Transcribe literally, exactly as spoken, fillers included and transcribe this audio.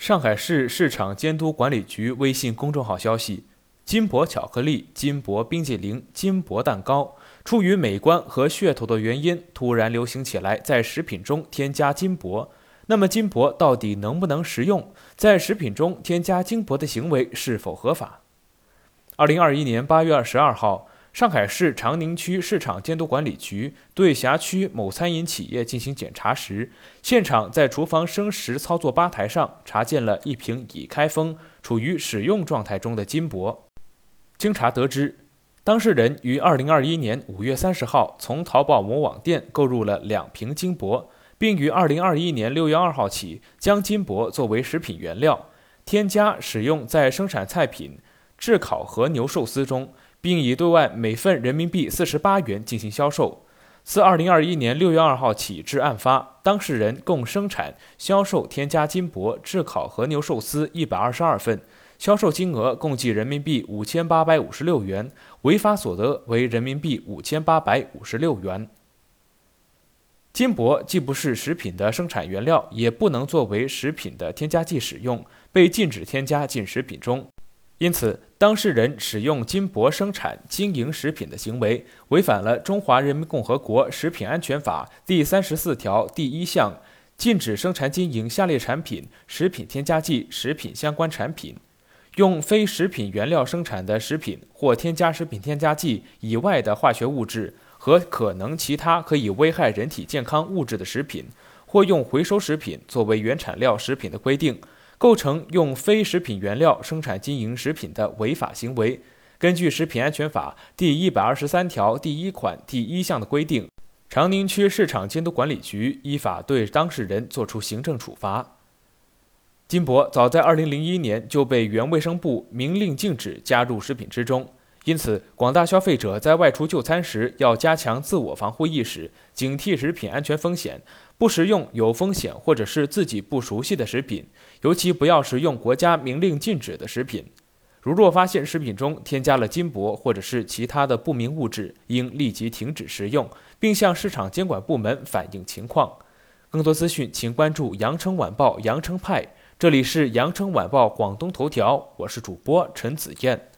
上海市市场监督管理局微信公众号消息：金箔巧克力、金箔冰激凌、金箔蛋糕，出于美观和噱头的原因，突然流行起来，在食品中添加金箔。那么，金箔到底能不能食用？在食品中添加金箔的行为是否合法？二零二一年八月二十二号，上海市长宁区市场监督管理局对辖区某餐饮企业进行检查时，现场在厨房生食操作吧台上查见了一瓶已开封、处于使用状态中的金箔。经查得知，当事人于二零二一年五月三十号从淘宝某网店购入了两瓶金箔，并于二零二一年六月二号起将金箔作为食品原料添加使用在生产菜品炙烤和牛寿司中，并以对外每份人民币四十八元进行销售。自二零二一年六月二号起至案发，当事人共生产、销售添加金箔炙烤和牛寿司一百二十二份，销售金额共计人民币五千八百五十六元，违法所得为人民币五千八百五十六元。金箔既不是食品的生产原料，也不能作为食品的添加剂使用，被禁止添加进食品中。因此，当事人使用金箔生产、经营食品的行为，违反了《中华人民共和国食品安全法》第三十四条第一项，禁止生产经营下列产品、食品添加剂、食品相关产品。用非食品原料生产的食品或添加食品添加剂以外的化学物质和可能其他可以危害人体健康物质的食品，或用回收食品作为原产料食品的规定，构成用非食品原料生产经营食品的违法行为。根据《食品安全法》第一百二十三条第一款第一项的规定，长宁区市场监督管理局依法对当事人作出行政处罚。金箔早在二零零一年就被原卫生部明令禁止加入食品之中，因此广大消费者在外出就餐时要加强自我防护意识，警惕食品安全风险，不食用有风险或者是自己不熟悉的食品，尤其不要食用国家明令禁止的食品。如若发现食品中添加了金箔或者是其他的不明物质，应立即停止食用，并向市场监管部门反映情况。更多资讯请关注羊城晚报羊城派，这里是羊城晚报广东头条，我是主播陈子燕。